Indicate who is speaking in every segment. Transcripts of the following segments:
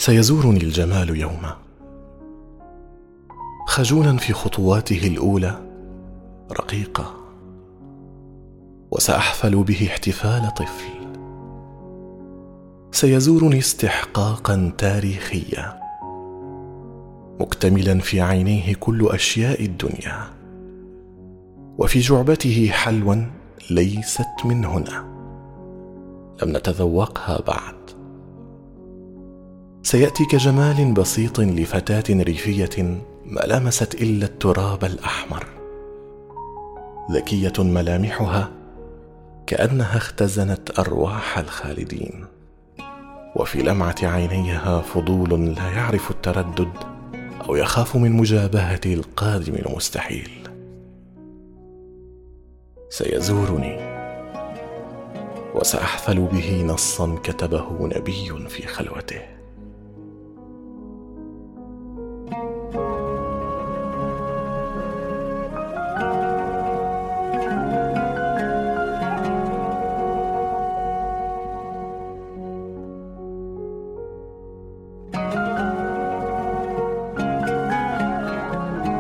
Speaker 1: سيزورني الجمال يوما، خجولا في خطواته الأولى رقيقة، وسأحفل به احتفال طفل. سيزورني استحقاقا تاريخيا، مكتملا في عينيه كل أشياء الدنيا، وفي جعبته حلوى ليست من هنا، لم نتذوقها بعد. سيأتي كجمال بسيط لفتاة ريفية ما لمست إلا التراب الأحمر، ذكية ملامحها كأنها اختزنت أرواح الخالدين، وفي لمعة عينيها فضول لا يعرف التردد أو يخاف من مجابهة القادم المستحيل. سيزورني وسأحفل به نصا كتبه نبي في خلوته.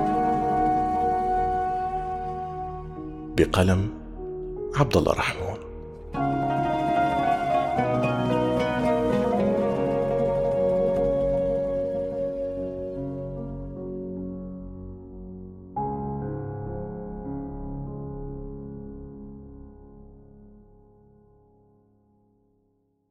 Speaker 1: بقلم عبد الله رحمون.